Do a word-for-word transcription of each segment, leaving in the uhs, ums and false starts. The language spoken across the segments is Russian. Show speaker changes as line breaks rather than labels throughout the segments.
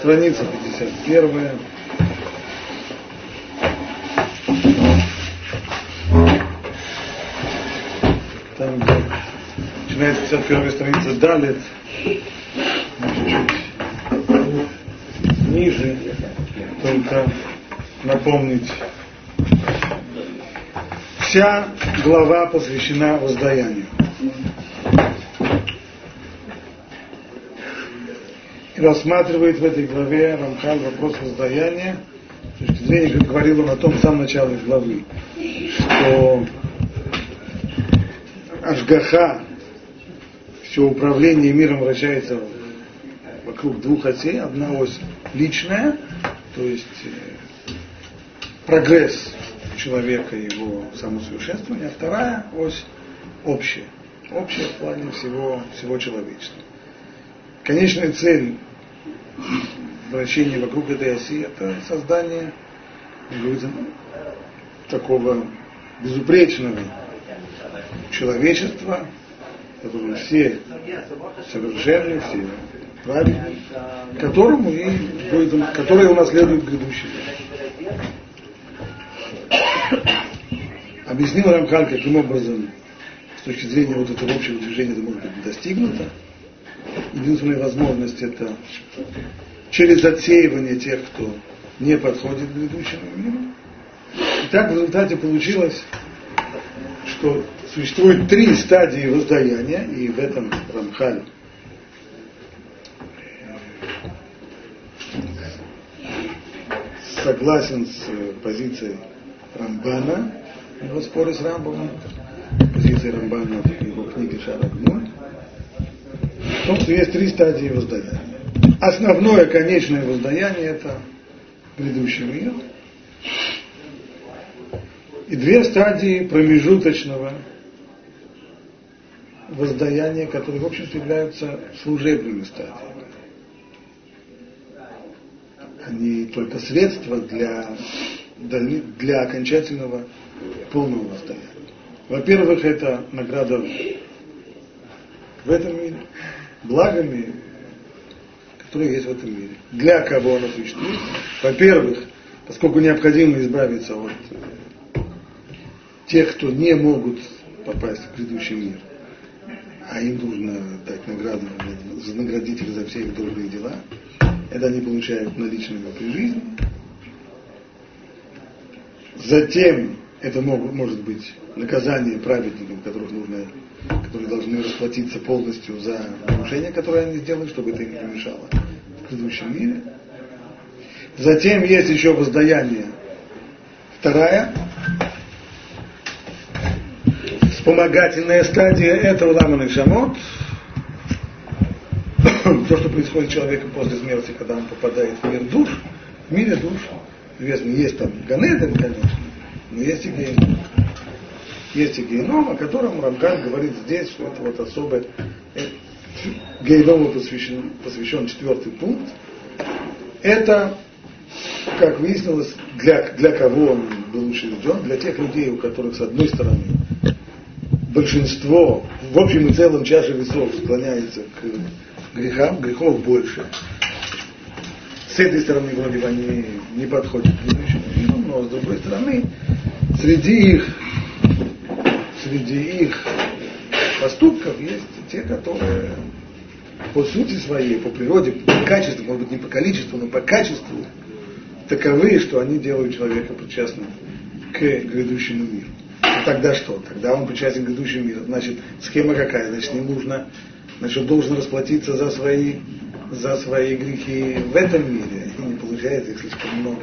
Страница пятьдесят первая. Там, где начинается пятьдесят первая страница Далет, чуть-чуть ниже, только напомнить. Вся глава посвящена воздаянию. И рассматривает в этой главе Рамхаль вопрос воздаяния, с точки зрения, как говорил он о том в самом начале главы, что Ашгаха, все управление миром вращается вокруг двух осей. Одна ось личная, то есть прогресс человека и его самосовершенствование, а вторая ось общая, общая в плане всего, всего человечества. Конечная цель вращения вокруг этой оси – это создание, как говорится, такого безупречного человечества, в котором все совершенны, все правильны, которому и будет, которое унаследует грядущий мир. Объяснил Рамхаль, каким образом, с точки зрения вот этого общего движения, это может быть достигнуто. Единственная возможность – это через отсеивание тех, кто не подходит к грядущему миру. И так в результате получилось, что существует три стадии воздаяния, и в этом Рамхаль согласен с позицией Рамбана, его споры с Рамбаном, позицией Рамбана в его книге Шар Агмуль, в том, что есть три стадии воздаяния. Основное, конечное воздаяние – это грядущий мир. И две стадии промежуточного воздаяния, которые, в общем-то, являются служебными стадиями. Они только средства для, для окончательного полного воздаяния. Во-первых, это награда в этом мире, благами, которые есть в этом мире. Для кого оно существует? Во-первых, поскольку необходимо избавиться от тех, кто не могут попасть в грядущий мир, а им нужно дать награду, вознаградить их за все их добрые дела, это они получают наличными при жизни. Затем это может быть наказание праведникам, которых нужно, которые должны расплатиться полностью за нарушение, которое они сделали, чтобы это им не помешало в грядущем мире. Затем есть еще воздаяние. Вторая, вспомогательная стадия этого ламан и шамот. То, что происходит с человеком после смерти, когда он попадает в мир душ, в мире душ, известно, есть там Ганеден, конечно, но есть и гейном. Есть и гейном, о котором Рамхаль говорит здесь, что это вот особое, гейному посвящен, посвящен четвертый пункт. Это, как выяснилось, для, для кого он был учрежден, для тех людей, у которых, с одной стороны, большинство, в общем и целом, чаша весов склоняется к грехам, грехов больше. С этой стороны, вроде бы, они не подходят к грядущему миру, но с другой стороны, среди их, среди их поступков есть те, которые по сути своей, по природе, по качеству, может быть, не по количеству, но по качеству, таковы, что они делают человека причастным к грядущему миру. И тогда что? Тогда он причастен к грядущему миру. Значит, схема какая? Значит, не нужно, значит, он должен расплатиться за свои, за свои грехи в этом мире. И не получается их слишком много.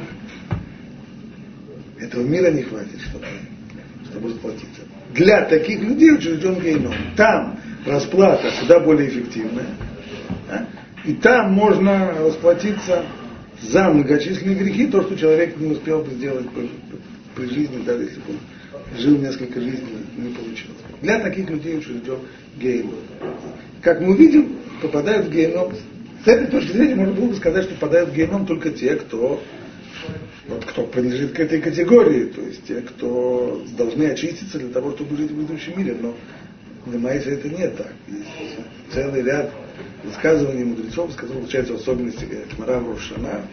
Этого мира не хватит, чтобы, чтобы расплатиться. Для таких людей учрежден гейном. Там расплата куда более эффективная. Да? И там можно расплатиться за многочисленные грехи, то, что человек не успел бы сделать при, при жизни, даже если бы он жил несколько жизней, не получилось. Для таких людей учрежден гейном. Как мы видим, попадают в гейном. С этой точки зрения можно было бы сказать, что попадают в гейном только те, кто, вот, кто принадлежит к этой категории, то есть те, кто должны очиститься для того, чтобы жить в грядущем мире. Но в Майсе это не так. Есть целый ряд высказывания мудрецов, с которых получается в особенности Гмара в Рош Шана,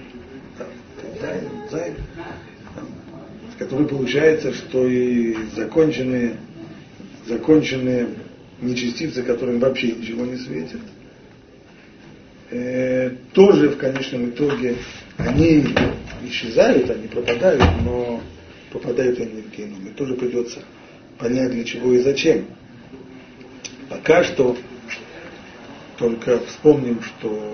с которой получается, что и законченные, законченные нечестивцы, которым вообще ничего не светит, э, тоже в конечном итоге они исчезают, они пропадают, но попадают они в геном. И тоже придется понять, для чего и зачем. Пока что только вспомним, что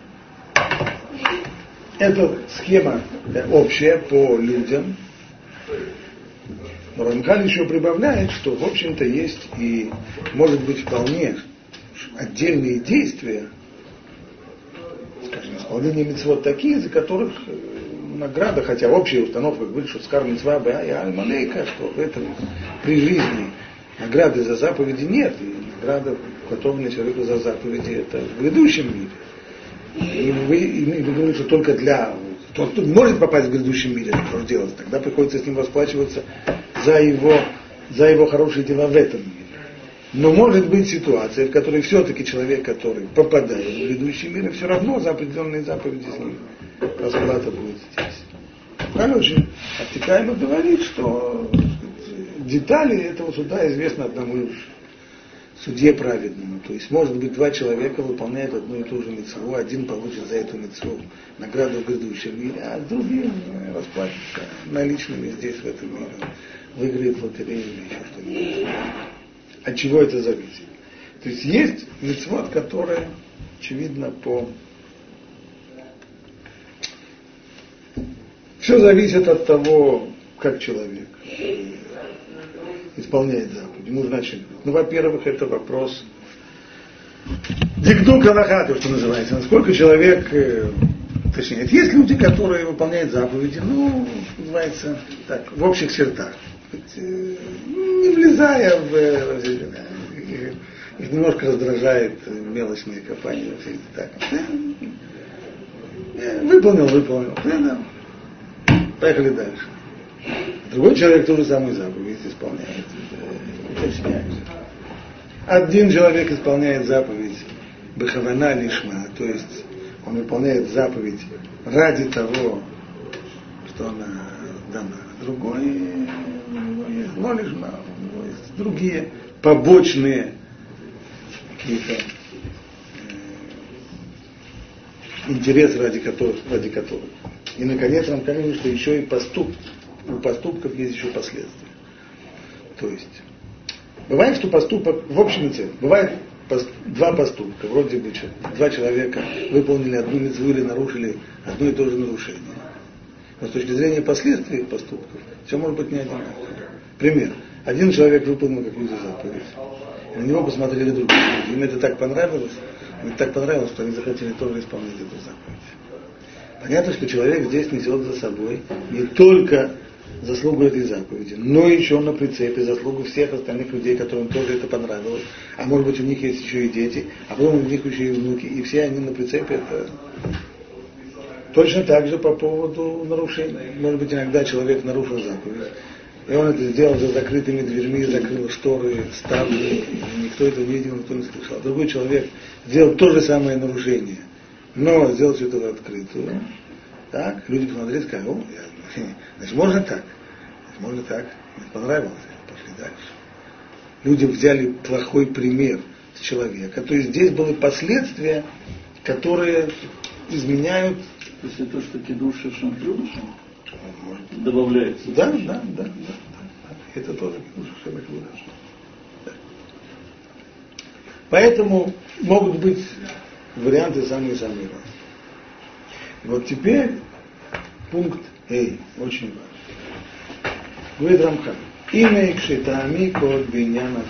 эта схема общая по людям. Но Рамхаль еще прибавляет, что в общем-то есть и может быть вполне отдельные действия, скажем, исполнение мицвот такие, за которых награда, хотя общая установка говорит, что скар мицва беа и аль-малейка, что в этом при жизни награды за заповеди нет, и награда, уготованная человеку за заповеди, это в грядущем мире. И вы, и вы говорите, что только для тот, кто может попасть в грядущем мире, что делать, тогда приходится с ним расплачиваться за его, за его хорошие дела в этом мире. Но может быть ситуация, в которой все-таки человек, который попадает в грядущий мир, все равно за определенные заповеди с ним расплата будет здесь. Он очень обтекаемо говорит, что сказать, детали этого суда известны одному судье праведному. То есть, может быть, два человека выполняют одну и ту же мицву, один получит за эту мицву награду в грядущем мире, а другим расплатится наличными здесь, в этом мире. Выиграет в лотерею или еще что-нибудь. От чего это зависит? То есть, есть мицвот, которая, очевидно, по... Все зависит от того, как человек исполняет заповедь. Ему значит, ну, во-первых, это вопрос дикдук алахаты, что называется. Насколько человек, точнее, есть люди, которые выполняют заповеди, ну, называется так, в общих чертах. Не влезая в... Их немножко раздражает мелочные копания. Так. Выполнил, выполнил. Поехали дальше. Другой человек ту же самую заповедь исполняет. Уточняется. Один человек исполняет заповедь бехавана лишма, то есть он выполняет заповедь ради того, что она дана. Другой есть но лишма, у него есть другие побочные какие-то э, интересы, ради которых, ради которых. И, наконец, нам кажется, что еще и поступ, у поступков есть еще последствия. То есть, бывает, что поступок, в общем и целом, бывает пост, два поступка, вроде бы два человека выполнили одну мицву или нарушили одно и то же нарушение. Но с точки зрения последствий поступков, все может быть не одинаково. Пример. Один человек выполнил какую-то заповедь, на него посмотрели другие люди, им это так понравилось, им это так понравилось, что они захотели тоже исполнить эту заповедь. Понятно, что человек здесь несет за собой не только заслугу этой заповеди, но еще на прицепе заслугу всех остальных людей, которым тоже это понравилось. А может быть, у них есть еще и дети, а потом у них еще и внуки, и все они на прицепе. Это точно так же по поводу нарушений. Может быть, иногда человек нарушил заповедь, и он это сделал за закрытыми дверьми, закрыл шторы, ставни, и никто этого не видел, никто не слышал. А другой человек сделал то же самое нарушение, но сделал все это в открытую. Так, люди посмотрели, сказали, о, я, значит, можно так, значит, можно так, мне понравилось, пошли дальше. Люди взяли плохой пример с человека. То есть здесь были последствия, которые изменяют.
То есть то, что кидуша шамплюшем добавляется.
Да, да, да, да, да. Это тоже кидуша шамплюшем. Да. Поэтому могут быть варианты самые-самые разные. Вот теперь пункт Эй, очень важный. Говорит Рамхаль. Имя Икшитами код биньяна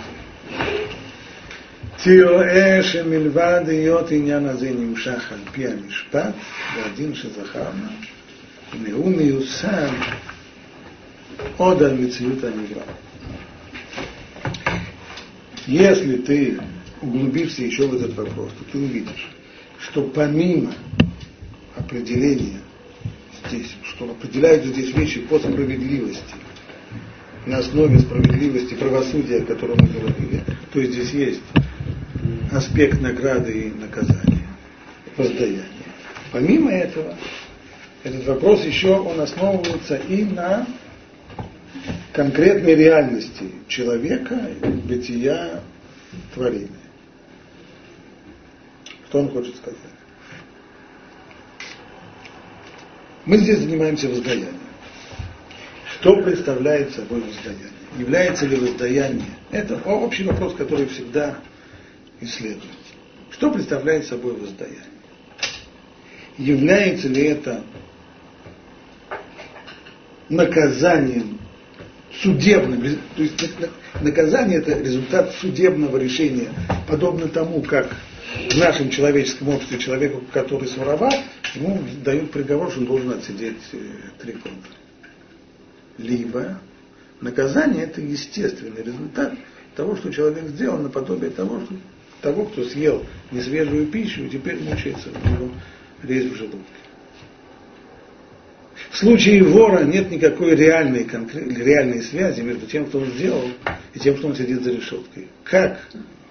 תראה שמלבד היות עניין הזה נמשך על פי המשפט והדין שזכרנו, הנה הוא מיוסד עוד על מציאות הנברא. Если ты углубишься еще в этот вопрос, то ты увидишь, что помимо определения здесь, что определяют здесь вещи по справедливости, на основе справедливости правосудия, о котором мы говорили, то есть здесь есть аспект награды и наказания. воздаяние. Помимо этого, этот вопрос еще он основывается и на конкретной реальности человека, бытия, творения. Что он хочет сказать? Мы здесь занимаемся воздаянием. Что представляет собой воздаяние? Является ли воздаяние? Это общий вопрос, который всегда исследуется. Что представляет собой воздаяние? Является ли это наказанием судебным? То есть наказание – это результат судебного решения, подобно тому, как в нашем человеческом обществе человеку, который своровал, ему дают приговор, что он должен отсидеть три года. Либо наказание – это естественный результат того, что человек сделал, наподобие того, что того, кто съел несвежую пищу и теперь мучается, у него резь в желудке. В случае вора нет никакой реальной, реальной связи между тем, что он сделал, и тем, что он сидит за решеткой. Как,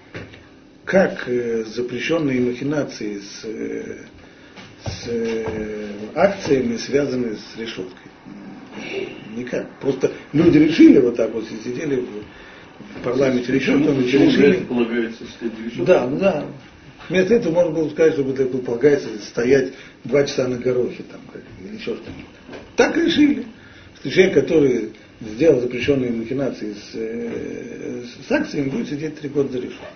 как э, запрещенные махинации с, э, с э, акциями связаны с решеткой? Никак. Просто люди решили вот так вот, сидели в, в парламенте решетками, решили.
Полагается,
да, да. Вместо этого можно было сказать, что это полагается стоять два часа на горохе там, как, или еще что-нибудь. Так решили, что человек, который сделал запрещенные махинации с, э, с акциями, будет сидеть три года за решеткой.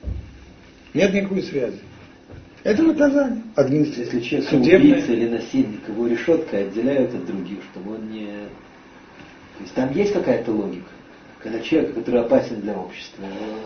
Нет никакой связи. Это наказание.
Если человек судебное... убийца или насильник, его решеткой отделяют от других, чтобы он не... То есть там есть какая-то логика, когда человек, который опасен для общества...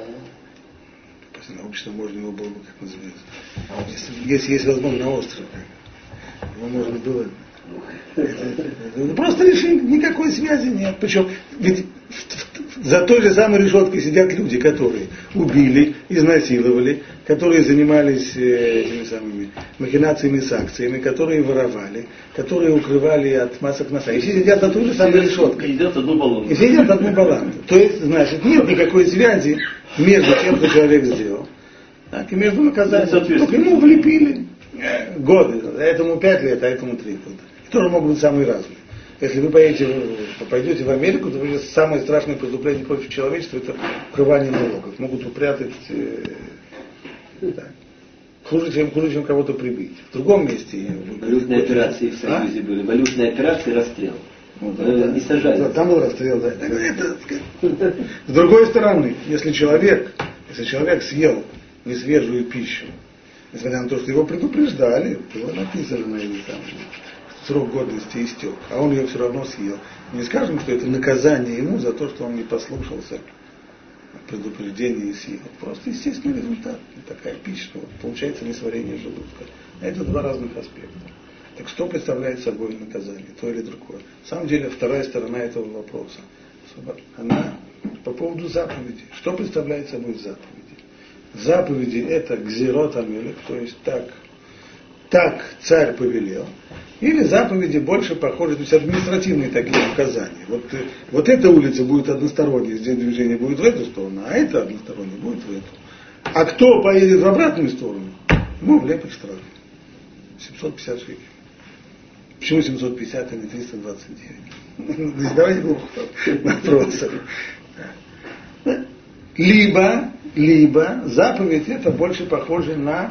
Опасен для общества, можно его было бы, как называется. Если, если есть возможность на остров, его можно было... Это, это, это, просто решили, никакой связи нет. Причем, ведь за той же самой решеткой сидят люди, которые убили, изнасиловали, которые занимались э, этими самыми махинациями с акциями, которые воровали, которые укрывали от масок носа. И все сидят за той же самой решеткой.
И едят одну баланду.
И все едят одну баланду. То есть, значит, нет никакой связи между тем, что человек сделал, так, и между наказанием. Только ему влепили годы, а этому пять лет, а этому три года. И тоже могут быть самые разные. Если вы поедете, пойдете в Америку, то вы самое страшное преступление против человечества – это укрывание налогов. Могут упрятать э, да, хуже, чем, хуже, чем кого-то прибить. В другом месте.
Валютные операции в Союзе а? были. Валютные операции, расстрел.
Ну, да, да,
не сажали.
Да, там был расстрел, да. Это, это, с другой стороны, если человек, если человек съел несвежую пищу, несмотря на то, что его предупреждали, было написано на этом там, срок годности истек, а он ее все равно съел. Не скажем, что это наказание ему за то, что он не послушался предупреждения и съел. Просто естественный результат. Такая пища, вот, получается несварение желудка. Это два разных аспекта. Так что представляет собой наказание, то или другое? На самом деле, вторая сторона этого вопроса, она по поводу заповедей. Что представляет собой заповеди? Заповеди это гзирот амелех, то есть так, так царь повелел. Или заповеди больше похожи, то есть административные такие указания. Вот, вот эта улица будет односторонняя, здесь движение будет в эту сторону, а это одностороннее будет в эту. А кто поедет в обратную сторону, ему влепят штраф. семьсот пятьдесят шекелей. Почему семьсот пятьдесят, а не триста двадцать девять? Не задавайте глупых вопросов. Либо, либо заповедь это больше похоже на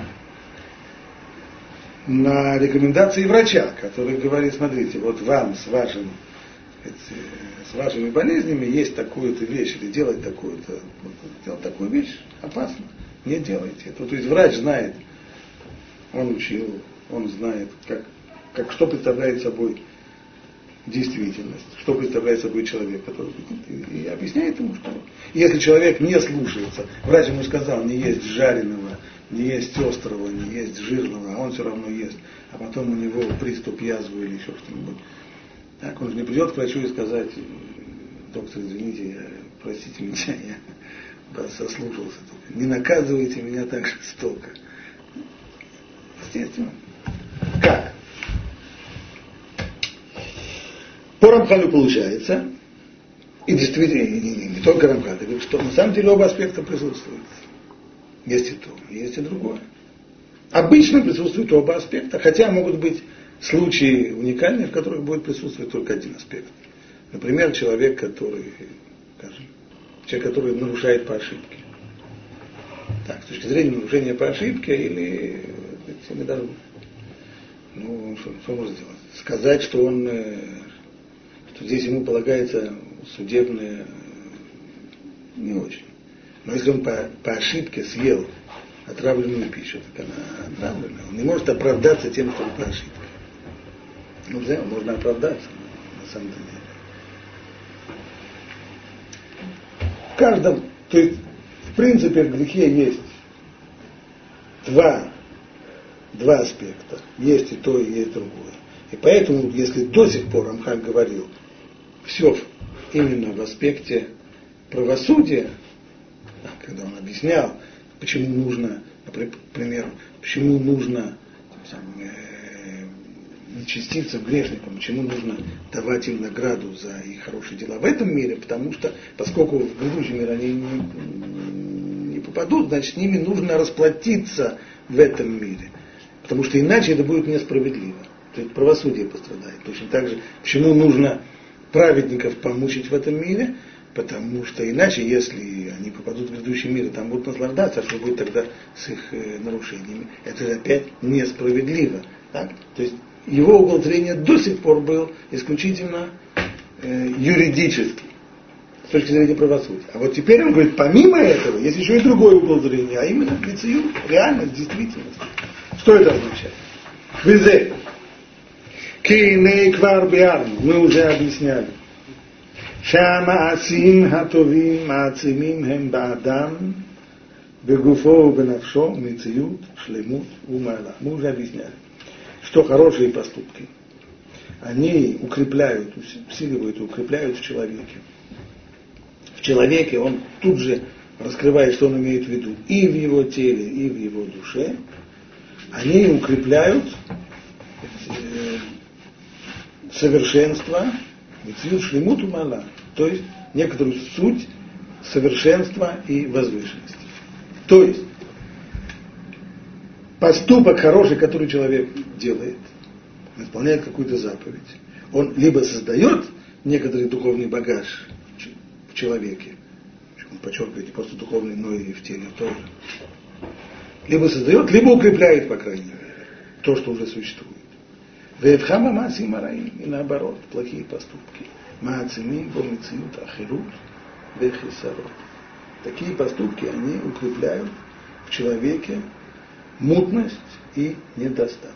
на рекомендации врача, который говорит, смотрите, вот вам с, вашим, с вашими болезнями есть такую-то вещь, или делать такую-то, вот, делать такую вещь опасно, не делайте это. То есть врач знает, он учил, он знает, как, как, что представляет собой действительность, что представляет собой человек, который и, и объясняет ему, что если человек не слушается, врач ему сказал, не есть жареного, не есть острого, не есть жирного, а он все равно ест, а потом у него приступ язвы или еще что-нибудь. Так, он же не придет к врачу и сказать, доктор, извините, я, простите меня, я вас сослушался, только не наказывайте меня так жестоко. Естественно. Как? По Рамхалю получается, и действительно, и не, не, не только Рамхаль, что на самом деле оба аспекта присутствуют. Есть и то, есть и другое. Обычно присутствуют оба аспекта, хотя могут быть случаи уникальные, в которых будет присутствовать только один аспект. Например, человек, который, скажем, человек, который нарушает по ошибке. Так, с точки зрения нарушения по ошибке, или мы даже, ну, что, что можно сделать? Сказать, что он, что здесь ему полагается судебное, не очень. Но если он по, по ошибке съел отравленную пищу, так она отравленная. Он не может оправдаться тем, что он по ошибке. Ну, знаете, можно оправдаться, на самом деле. В каждом, то есть, в принципе, в грехе есть два, два аспекта. Есть и то, и есть другое. И поэтому, если до сих пор Рамхаль говорил, все именно в аспекте правосудия, когда он объяснял, почему нужно, например, почему нужно нечестивцам, грешникам, почему нужно давать им награду за их хорошие дела в этом мире, потому что, поскольку в грядущий мир они не, не попадут, значит, с ними нужно расплатиться в этом мире, потому что иначе это будет несправедливо. То есть правосудие пострадает. Точно так же, почему нужно праведников помучить в этом мире, потому что иначе, если они попадут в грядущий мир и там будут наслаждаться, что будет тогда с их э, нарушениями? Это опять несправедливо. Так? То есть его угол зрения до сих пор был исключительно э, юридический, с точки зрения правосудия. А вот теперь он говорит, помимо этого, есть еще и другой угол зрения, а именно мицию, реальность, действительность. Что это означает? Везе. Кейней квар биарну. Мы уже объясняли. שהמעשים הטובים מעצימים הם באדם בגופו ובנפשו מציאות, שלמות ומעלה. Мы уже объясняли, что хорошие поступки, они укрепляют, усиливают и укрепляют в человеке. В человеке он тут же раскрывает, что он имеет в виду, и в его теле, и в его душе. Они укрепляют совершенство, мицию шлемут умала, то есть некоторую суть совершенства и возвышенности. То есть поступок хороший, который человек делает, он исполняет какую-то заповедь, он либо создает некоторый духовный багаж в человеке, он подчеркивает не просто духовный, но и в теле тоже, либо создает, либо укрепляет, по крайней мере, то, что уже существует. Веевхама маси мараим, и наоборот, плохие поступки. Маацимим, бомициют, ахирут, вехисарот. Такие поступки, они укрепляют в человеке мутность и недостаток.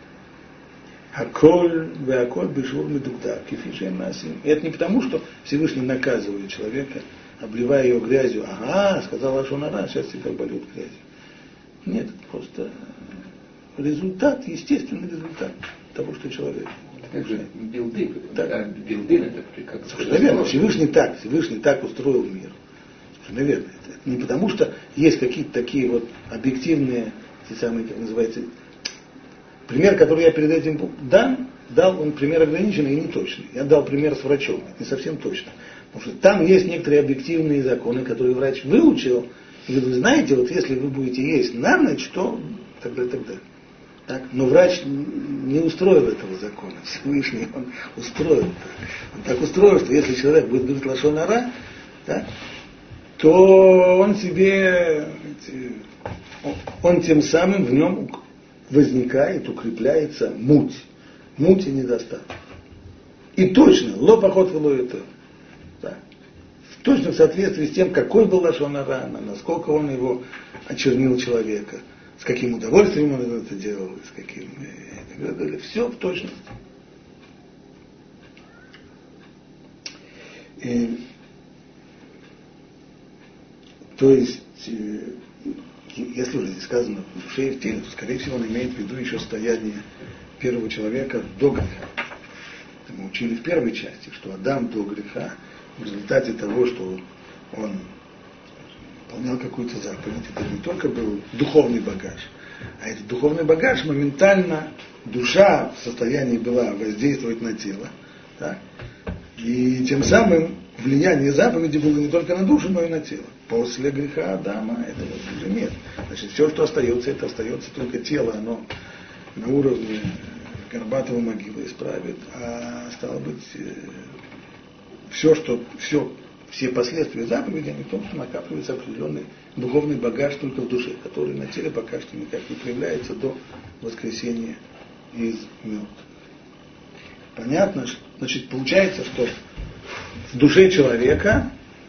Аколь, веаколь, бешвур медугдар, кефише масим. И это не потому, что Всевышний наказывает человека, обливая его грязью. Ага, сказал Лашон ара, сейчас тебя обольют грязью. Нет, это просто результат, естественный результат того, что человек.
Как же билды?
Так.
Да, билды это как
Совершенно верно. Всевышний так, Всевышний так устроил мир. Совершенно верно. Это не потому, что есть какие-то такие вот объективные, те самые, как называется, пример, который я перед этим дал, дал он пример ограниченный и неточный. Я дал пример с врачом, это не совсем точно. Потому что там есть некоторые объективные законы, которые врач выучил. И говорит, вы знаете, вот если вы будете есть на ночь, то тогда, тогда. Так? Но врач не устроил этого закона. Всевышний он устроил так. Он так устроил, что если человек будет говорить лашон ара, так, то он себе, он тем самым в нем возникает, укрепляется муть. Муть и недостаток. И точно, ло поход вело это. Точно в соответствии с тем, какой был лашон ара, насколько он его очернил человека, с каким удовольствием он это делал, с каким, все в точности. И, то есть, если уже здесь сказано в душе и в теле, то, скорее всего, он имеет в виду еще состояние первого человека до греха. Мы учили в первой части, что Адам до греха, в результате того, что он выполнял какую-то заповедь, это не только был духовный багаж, а этот духовный багаж моментально, душа в состоянии была воздействовать на тело, так? И тем самым влияние заповеди было не только на душу, но и на тело. После греха Адама этого уже нет. Значит, все, что остается, это остается только тело, оно на уровне Горбатого могилы исправит, а стало быть, все, что, все, все последствия заповеди, они в том, что накапливается определенный духовный багаж только в душе, который на теле пока что никак не проявляется до воскресения из мертвых. Понятно? Значит, получается, что в душе человека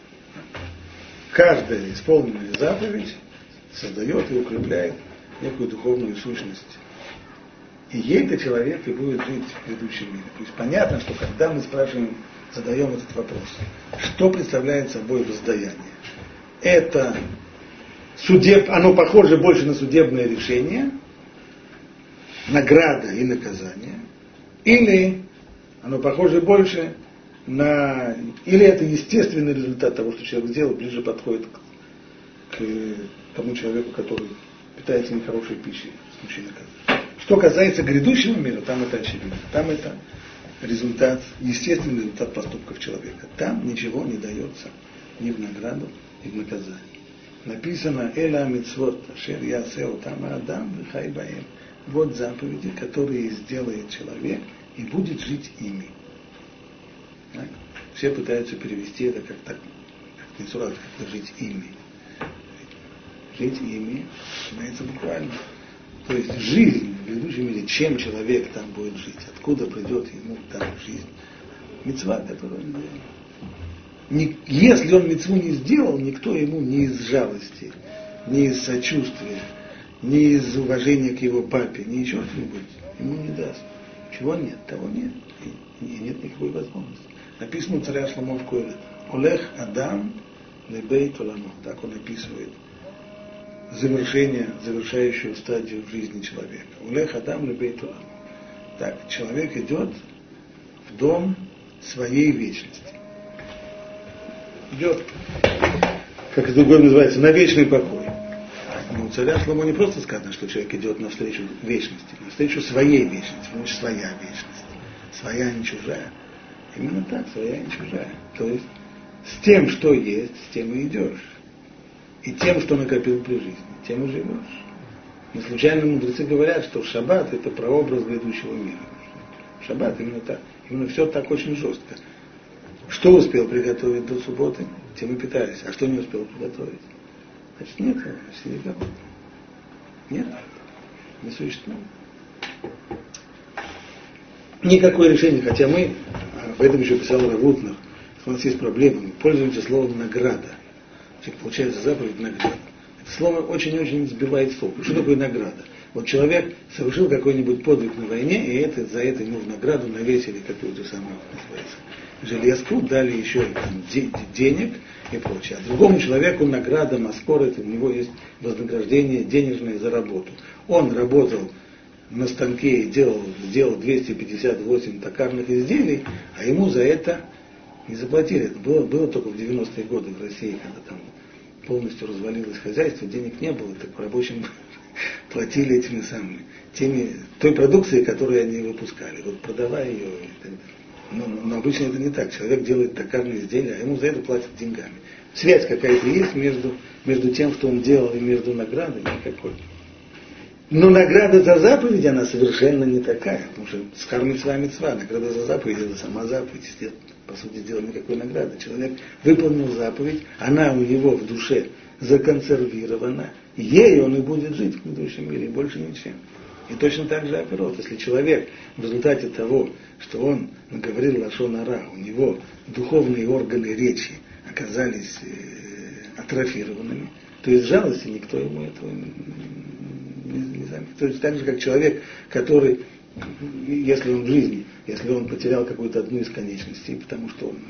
каждая исполненная заповедь создает и укрепляет некую духовную сущность. И ей-то человек и будет жить в грядущем мире. То есть понятно, что когда мы спрашиваем, задаем этот вопрос, что представляет собой воздаяние? Это судеб, оно похоже больше на судебное решение, награда и наказание, или оно похоже больше на... Или это естественный результат того, что человек сделал, ближе подходит к, к тому человеку, который питается нехорошей пищей в случае наказания. Что касается грядущего мира, там это очевидно. Там это результат, естественный результат поступков человека. Там ничего не дается ни в награду, ни в наказание. Написано «Эла мицвот, ашер ясеу там адам вихай баэм». Вот заповеди, которые сделает человек и будет жить ими. Так? Все пытаются перевести это как так, как не сразу, как жить ими. Жить ими, понимаете, буквально. То есть жизнь в грядущем мире, чем человек там будет жить, откуда придет ему там жизнь. Мицва, которую он делал. Не, если он мицву не сделал, никто ему ни из жалости, ни из сочувствия, ни из уважения к его папе, ни еще что-нибудь ему не даст. Чего нет, того нет. И, и нет никакой возможности. Написано у царя Шломо в Коэлет: «Олех Адам лебейт оламо». Так он описывает завершение, завершающую стадию в жизни человека. «Олех Адам лебейт оламо». Так, человек идет в дом своей вечности. Идет, как это другое называется, на вечный покой. Но у царя Шломо не просто сказано, что человек идет навстречу вечности, навстречу своей вечности, значит, своя вечность. Своя, не чужая. Именно так, своя, не чужая. То есть, с тем, что есть, с тем и идешь. И тем, что накопил при жизни, тем и живешь. Не случайно мудрецы говорят, что шаббат это прообраз грядущего мира. Шаббат именно так. Именно все так очень жестко. Что успел приготовить до субботы, тем и питались. А что не успел приготовить? Значит, нет, сидит дома. Нет, не существует. Никакое решение, хотя мы, об этом еще писал Равутнер, что у нас есть проблема, мы пользуемся словом «награда». Значит, получается заповедь «награда». Это слово очень-очень сбивает с толку. Что такое награда? Вот человек совершил какой-нибудь подвиг на войне, и это, за это ему в награду навесили какую-то самую, называется, железку, дали еще там, де- денег и прочее. А другому человеку награда, маскорет, у него есть вознаграждение денежное за работу. Он работал на станке и делал, делал двести пятьдесят восемь токарных изделий, а ему за это не заплатили. Это было, было только в девяностые годы в России, когда там полностью развалилось хозяйство, денег не было, так рабочим платили этими самыми, теми, той продукцией, которую они выпускали, вот продавая ее и так далее. Но, но обычно это не так. Человек делает токарные изделия, а ему за это платят деньгами. Связь какая-то есть между, между тем, что он делал, и между наградой никакой. Но награда за заповедь, она совершенно не такая. Потому что схар мицва мицва, награда за заповедь, это сама заповедь. Нет, по сути дела, никакой награды. Человек выполнил заповедь, она у него в душе законсервирована, ей он и будет жить в грядущем мире, больше ничем. И точно так же оперот. Если человек в результате того, что он наговорил лашон ара, у него духовные органы речи оказались э, атрофированными, то из жалости никто ему этого не, не, не заметит. То есть так же, как человек, который, если он в жизни, если он потерял какую-то одну из конечностей, потому что он,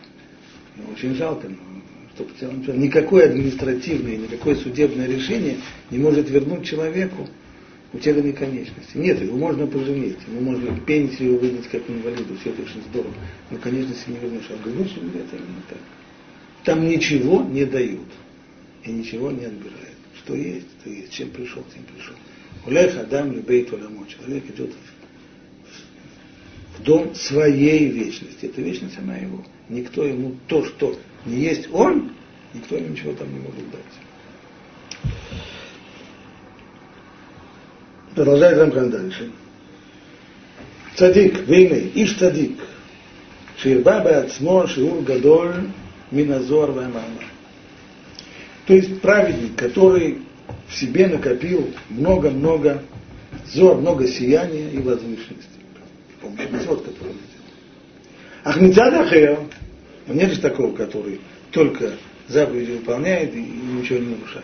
ну, очень жалко, но что потерял, ничего, никакое административное, никакое судебное решение не может вернуть человеку утерянной конечности. Нет, его можно поженить, ему можно пенсию выдать как инвалиду, все это очень здорово, но конечности не вернешь. А в грядущем мире это именно так. Там ничего не дают и ничего не отбирают. Что есть, то есть. Чем пришел, тем пришел. Улех Адам лебейт оламо. Человек идет в, в дом своей вечности. Это вечность, она его. Никто ему то, что не есть он, никто ему ничего там не может дать. Продолжает Рамхан дальше. Цадик, вейны, иш цадик. Ширба беацмо шиур гадоль миназор ваймама. То есть праведник, который в себе накопил много-много зор, много сияния и возвышенности. Помните, вот который он сделал. Ахмидзад ахер, нет же такого, который только заповеди выполняет и ничего не нарушает.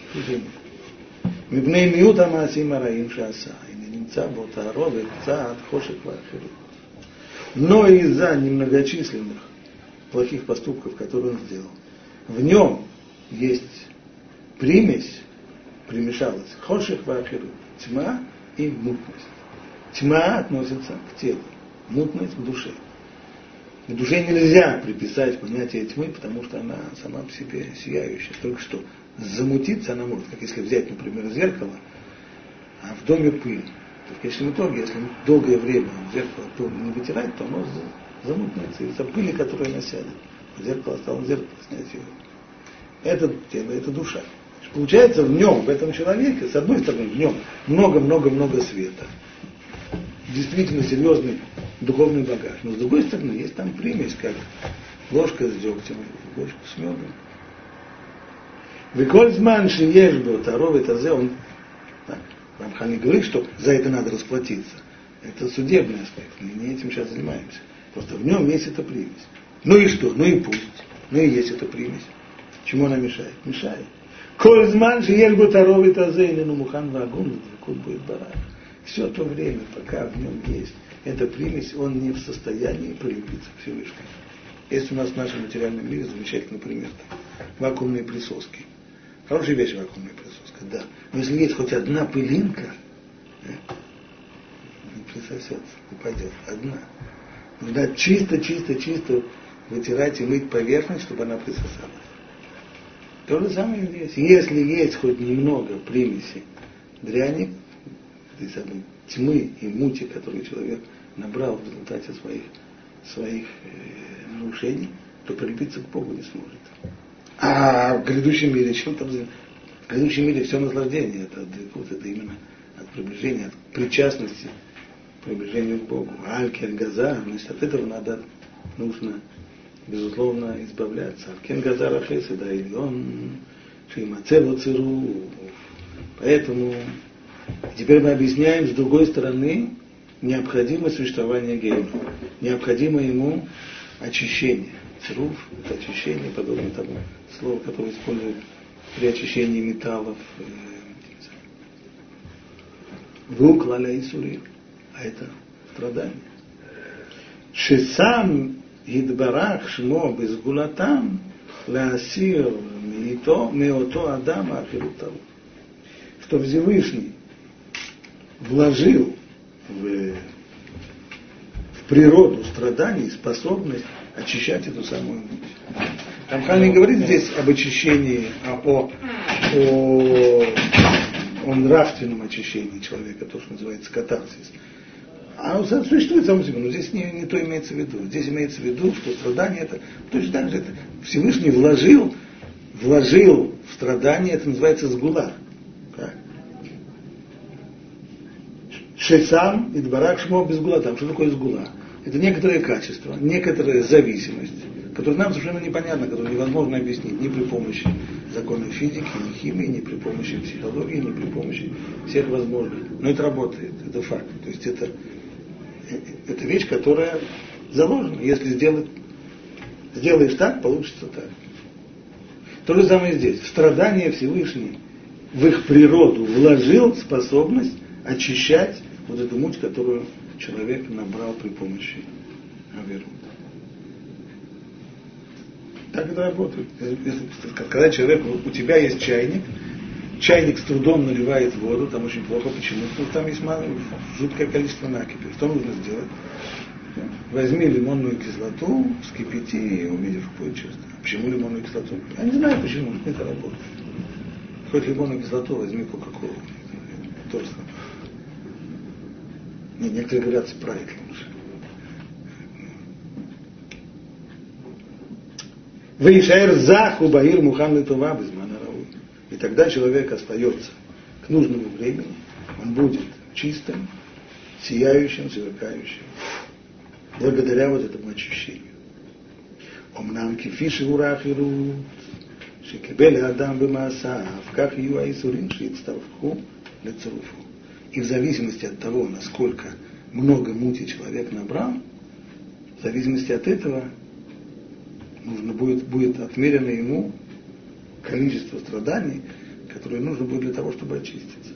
Мибней миута маасим араим шааса. И немца ботаро вецаат хошек вахеру. Но из-за немногочисленных плохих поступков, которые он сделал, в нем есть примесь, примешалась хошек вахеру, тьма и мутность. Тьма относится к телу, мутность к душе. К душе нельзя приписать понятие тьмы, потому что она сама по себе сияющая. Только что замутиться она может, как если взять, например, зеркало, а в доме пыль. То в конечном итоге, если долгое время зеркало не вытирать, то оно замутнется из-за пыли, которая она сядет. Зеркало стало зеркало, снять ее. Это тело, это душа. Получается, в нем, в этом человеке, с одной стороны, в нем много-много-много света. Действительно серьезный духовный багаж. Но с другой стороны, есть там примесь, как ложка с дегтем, ложка с медом. Викользман шиешбо, таровый тазе, он, Рамхан не говорит, что за это надо расплатиться. Это судебный аспект, мы не этим сейчас занимаемся. Просто в нем есть эта примесь. Ну и что? Ну и пусть. Ну и есть эта примесь. Чему она мешает? Мешает. Кользман шиешбо, таровый тазе, ну мухан вагун, кут будет барак. Все то время, пока в нем есть эта примесь, он не в состоянии прилепиться к Всевышнему. Есть у нас в нашем материальном мире замечательный пример. Вакуумные присоски. Хорошая вещь вакуумная присоска, да. Но если есть хоть одна пылинка, не присосется, не пойдет. Одна. Нужно чисто-чисто-чисто вытирать и мыть поверхность, чтобы она присосалась. То же самое здесь. Если есть хоть немного примеси дряни, из одной тьмы и мути, которую человек набрал в результате своих, своих э, нарушений, то прилепиться к Богу не сможет. А в грядущем мире, чем там, в грядущем мире все наслаждение, это, вот это именно от приближения, от причастности к приближению к Богу. Аль-кен газар, значит, от этого надо, нужно, безусловно, избавляться. Аль-кен газар ахесы, да, или он, шеймацево циру, поэтому теперь мы объясняем, с другой стороны, необходимость существования гейма, необходимо ему очищение. Цируф – это очищение, подобно тому слову, которое используют при очищении металлов. Вук лаля исури, а это страдание. Шесам идбарах шмо безгулатам лаасир мито меото адама афирутаву. Что Всевышний вложил в, в природу страданий способность очищать эту самую муть. Рамхан не говорит здесь об очищении, а о, о, о нравственном очищении человека, то, что называется катарсис. А он существует само себе, но здесь не, не то имеется в виду. Здесь имеется в виду, что страдание это, точно так же это Всевышний вложил, вложил в страдание, это называется сгула. Шесам и дбарак шмо без гула. Там что такое сгула? Это некоторое качество, некоторая зависимость, которая нам совершенно непонятна, которую невозможно объяснить ни при помощи законов физики, ни химии, ни при помощи психологии, ни при помощи всех возможных. Но это работает, это факт. То есть это, это вещь, которая заложена. Если сделать, сделаешь так, получится так. То же самое здесь. В страдания Всевышний в их природу вложил способность очищать вот эту муть, которую человек набрал при помощи аверу. Так это работает. Когда человек, у тебя есть чайник, чайник с трудом наливает воду, там очень плохо. Почему? Потому что там есть жуткое количество накипи. Что нужно сделать? Возьми лимонную кислоту, вскипяти и увидишь, будет чисто. Почему лимонную кислоту? Я не знаю почему, но это работает. Хоть лимонную кислоту, возьми кока-колу. То же самое. Не, некоторые говорят, спрайт лучше. Вейшаэр заху баир мухан литува безмана рауи. И тогда человек остается к нужному времени, он будет чистым, сияющим, сверкающим, благодаря вот этому очищению. Омнам кифиши урахиру, шекебели адам бемаасав, как ю аисурин шиитставху лецуруфу. И в зависимости от того, насколько много мути человек набрал, в зависимости от этого нужно будет, будет отмерено ему количество страданий, которые нужно будет для того, чтобы очиститься.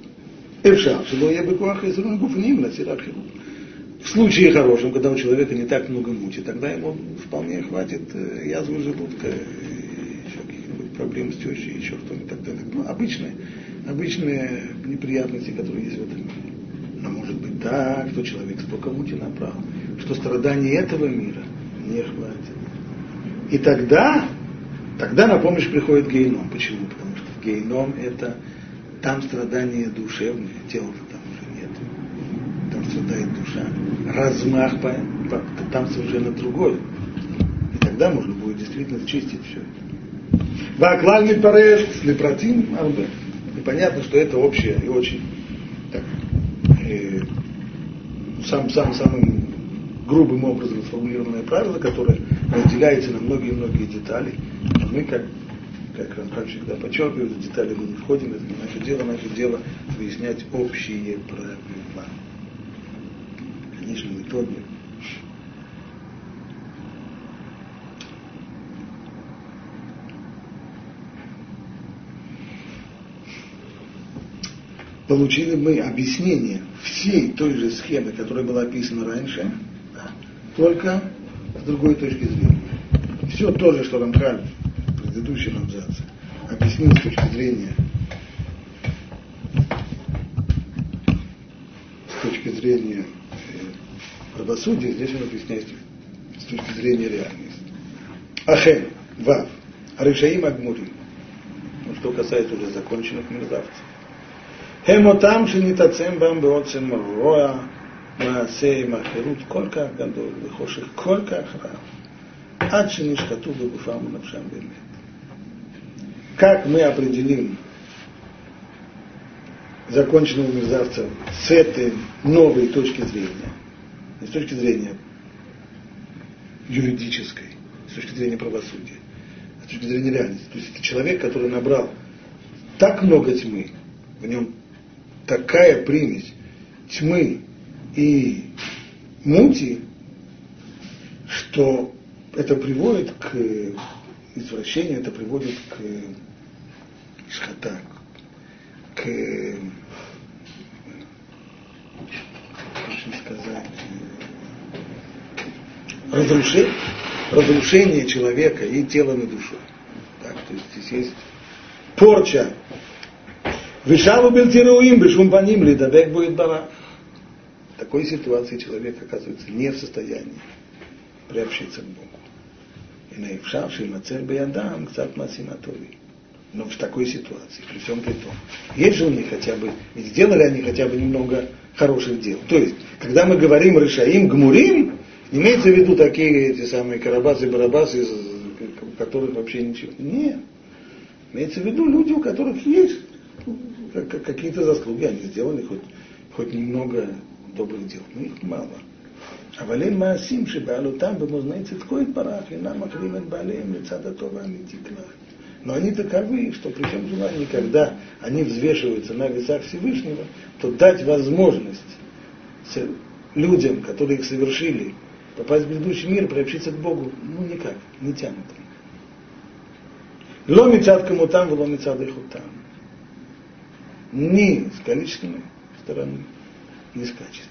В случае хорошем, когда у человека не так много мути, тогда ему вполне хватит язвы желудка, еще каких-нибудь проблем с тещей, еще что-нибудь так далее. Ну, обычные, обычные неприятности, которые есть в этом мире. Но может быть так, что человек столько мути набрал, что страданий этого мира не хватит. И тогда, тогда на помощь приходит гейном. Почему? Потому что гейном это там страдания душевные, тела-то там уже нет. Там страдает душа. Размах по, по, там совершенно другой. И тогда можно будет действительно чистить все это. Ваклаль митпареш лепротим арбе. И понятно, что это общее и очень так, э, сам, сам, самым грубым образом сформулированное правило, которое разделяется на многие-многие детали. А мы, как, как Рамхаль всегда подчеркивает, в детали мы не входим, это не наше дело, наше дело выяснять общие правила. В конечном итоге получили мы объяснение всей той же схемы, которая была описана раньше, только с другой точки зрения. Все то же, что Рамхаль в предыдущем абзаце объяснил с точки зрения с точки зрения правосудия, здесь он объясняет с точки зрения реальности. Ахен, вав, аришаим агмурим. Ну, что касается уже законченных мерзавцев. Хемотам шинитацем бам беоцем роа маасей махерут колька гадоль вихоших колька храв ад шинишхату бегуфам навшам бемет. Как мы определим законченного мерзавца с этой новой точки зрения, не с точки зрения юридической, с точки зрения правосудия, а с точки зрения реальности. То есть это человек, который набрал так много тьмы, в нем такая примесь тьмы и мути, что это приводит к извращению, это приводит к шхата, к, как сказать, разрушению, разрушению человека и телом, и душой. Так, то есть здесь есть порча. Вишалу бельтируим, бешум паним, лидавек будет бара. В такой ситуации человек оказывается не в состоянии приобщиться к Богу. И наившавший мацер беядам, кцат масиматови. Но в такой ситуации, при всем при том, есть же у них хотя бы, ведь сделали они хотя бы немного хороших дел. То есть, когда мы говорим решаим, гмурим, имеется в виду такие эти самые карабасы, барабасы, у которых вообще ничего. Нет. Имеется в виду люди, у которых есть какие-то заслуги, они сделали хоть, хоть немного добрых дел, но их мало. А вален маасим шебаалутам бемознай цицкоит барах, и нам ахримет балеем лицада това амитиклах. Но они таковы, что при всем желании, когда они взвешиваются на весах Всевышнего, то дать возможность людям, которые их совершили, попасть в грядущий мир, приобщиться к Богу, ну никак, не тянут. Ло мицад камутам, ло мицад ихутам. Ни с количественной стороны, ни с качественной.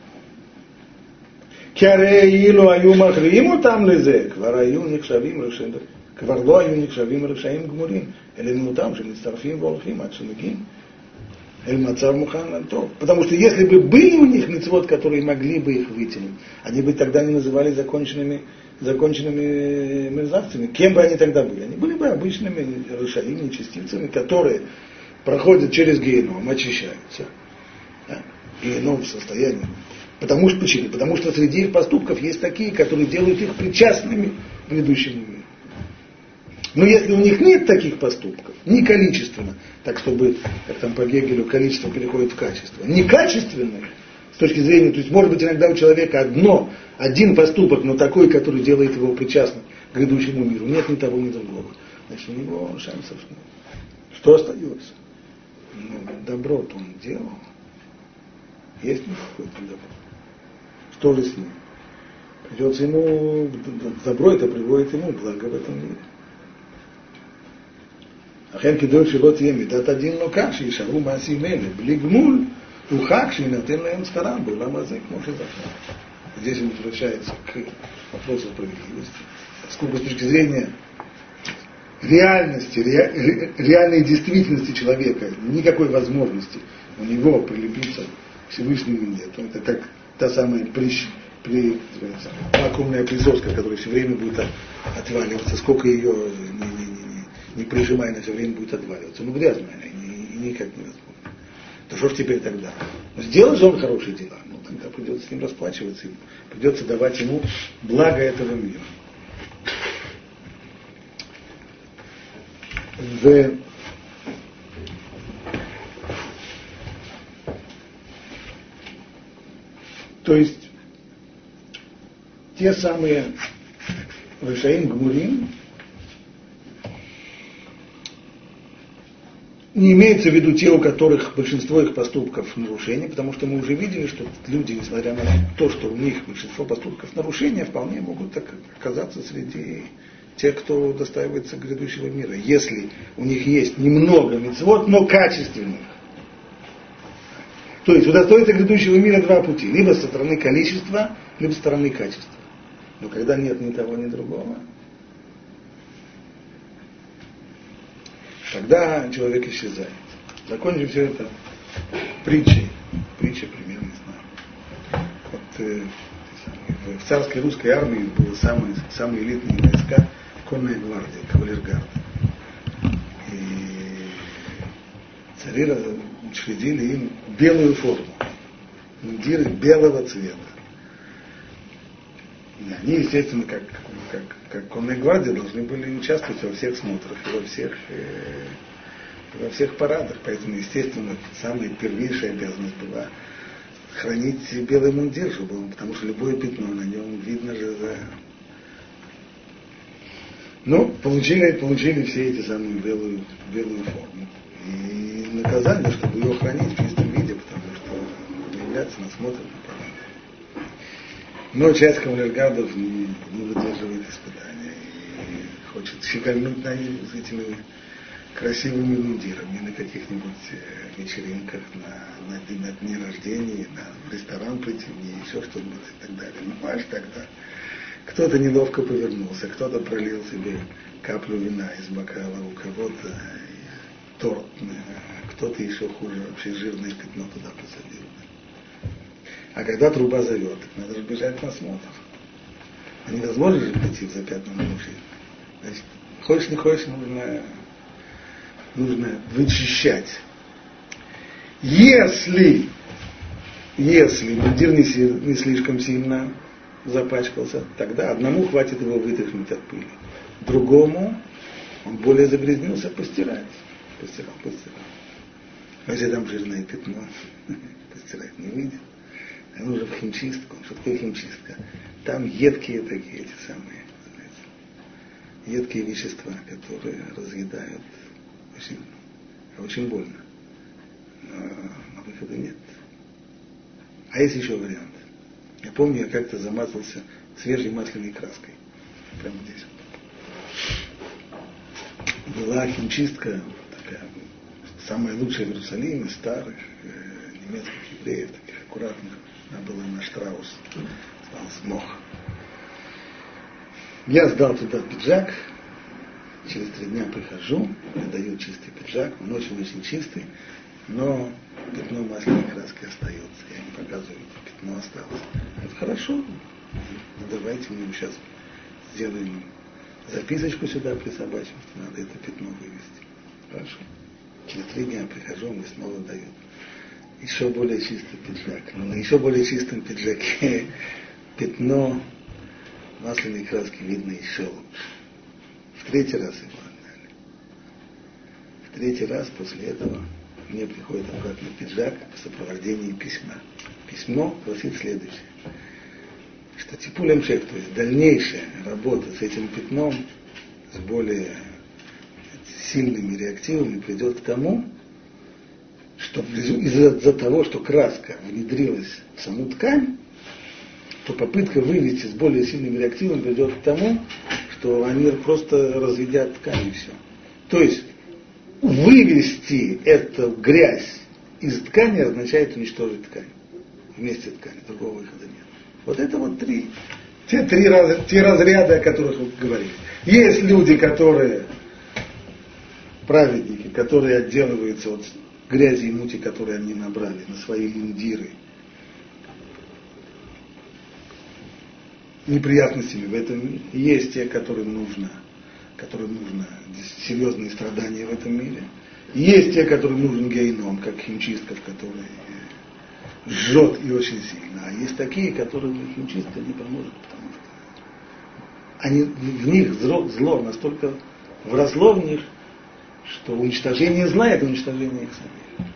Кяреилу аю махрииму там лизе, квараю нихшавим решен, кварло аю нихшавим решаим гмурим, элину там же нецтарфим волхим, ачумагим, эль мацав мухан лантов. Потому что если бы были у них мицвот, которые могли бы их вытянуть, они бы тогда не называли законченными, законченными мерзавцами. Кем бы они тогда были? Они были бы обычными решаим, нечестивцами, которые проходят через геном, очищаются. Да? Геном в состоянии. Потому что, почему? Потому что среди их поступков есть такие, которые делают их причастными к грядущему миру. Но если у них нет таких поступков, не количественно, так чтобы, как там по Гегелю, количество переходит в качество, не качественные, с точки зрения, то есть может быть иногда у человека одно, один поступок, но такой, который делает его причастным к грядущему миру, нет ни того, ни другого. Значит, у него шансов нет. Что остается? Ну, добро-то он делал. Есть ли какое-то добро? Что же с ним? Придется ему, добро это приводит ему благо в этом мире. Ахен кидой шилот еми дат один локах, шишару маси меле, бли гмуль, ухак, шинатен лаем цхарам, булам азек, может захар. Здесь он возвращается к вопросу справедливости. Поскольку с точки зрения реальности, ре, реальной действительности человека, никакой возможности у него прилепиться к Всевышнему нет. Это как та самая прищ, при, вакуумная присоска, которая все время будет отваливаться, сколько ее не, не, не, не прижимая, она все время будет отваливаться. Ну, грязная, и, и никак невозможно. То что ж теперь тогда? Ну, сделал же он хорошие дела, ну, тогда придется с ним расплачиваться, придется давать ему благо этого мира. В... То есть те самые Решаим Гмурим не имеется в виду те, у которых большинство их поступков нарушения, потому что мы уже видели, что люди, несмотря на то, что у них большинство поступков нарушения, вполне могут так оказаться среди тех, кто достаивается грядущего мира, если у них есть немного мицвот, но качественных. То есть удостоиться грядущего мира два пути, либо со стороны количества, либо со стороны качества. Но когда нет ни того, ни другого, тогда человек исчезает. Закончим все это притчей. Притча примерно, не знаю. Вот, э, в царской русской армии были самые, самые элитные войска, конная гвардия, кавалергарда. И цари учредили им белую форму, мундиры белого цвета. И они, естественно, как, как, как конная гвардия, должны были участвовать во всех смотрах и во всех, э, во всех парадах. Поэтому, естественно, самая первейшая обязанность была хранить белый мундир, чтобы он, потому что любое пятно на нем видно же за... Ну, получили, получили все эти самые белую, белую форму. И наказали, чтобы ее хранить в чистом виде, потому что являться на смотр на парад. Но часть кавалергардов не, не выдерживает испытания и хочет щегольнуть на этими красивыми мундирами на каких-нибудь вечеринках, на, на, на дне рождения, на, в ресторан прийти, еще что-нибудь и так далее. Ну, аж тогда кто-то неловко повернулся, кто-то пролил себе каплю вина из бокала, у кого-то торт, кто-то еще хуже, вообще жирное пятно туда посадил. А когда труба зовет, надо же бежать на смотр. А невозможно же прийти в запятнанном мужчине. Значит, хочешь не хочешь, нужно, нужно вычищать. Если, если мундир не, не слишком сильно запачкался, тогда одному хватит его вытряхнуть от пыли. Другому он более загрязнился, постирать. Постирал, постирал. А если там жирное пятно, постирать не выйдет. А нужно в химчистку. Что такое химчистка? Там едкие такие, эти самые, знаете, едкие вещества, которые разъедают очень, очень больно. Но, но выхода нет. А есть еще вариант. Я помню, я как-то замазался свежей масляной краской. Прямо здесь. Была химчистка, такая, самая лучшая в Иерусалиме, старых э, немецких евреев, таких аккуратных. Она была на Штраус, называлась Мох. Я сдал туда пиджак, через три дня прихожу, мне дают чистый пиджак, он очень-очень чистый, но пятно масляной краски остается. Я не показываю, пятно осталось. Это хорошо, ну, давайте мы сейчас сделаем записочку сюда присобачим, что надо это пятно вывести. Хорошо. Через три дня прихожу, мне снова дают еще более чистый пиджак. Но на еще более чистом пиджаке пятно масляной краски видно еще лучше. В третий раз его отдали. В третий раз после этого мне приходит обратно пиджак в сопровождении письма. Письмо гласит следующее, что типуль эмшех, то есть дальнейшая работа с этим пятном, с более сильными реактивами, придет к тому, что из-за, из-за того, что краска внедрилась в саму ткань, то попытка вывести с более сильными реактивами придет к тому, что они просто разведят ткань и все. То есть вывести эту грязь из ткани означает уничтожить ткань. Вместе ткани, другого выхода нет. Вот это вот три, те три раз, те разряда, о которых вы говорили. Есть люди, которые праведники, которые отделываются от грязи и мути, которые они набрали на свои линдиры, неприятностями в этом мире. Есть те, которым нужно, которым нужно серьезные страдания в этом мире. Есть те, которым нужен гейном, как химчистка, который жжет и очень сильно. А есть такие, которым химчистка не поможет, потому что они, в них зло, зло настолько вросло в них, что уничтожение зла – это уничтожение их самих.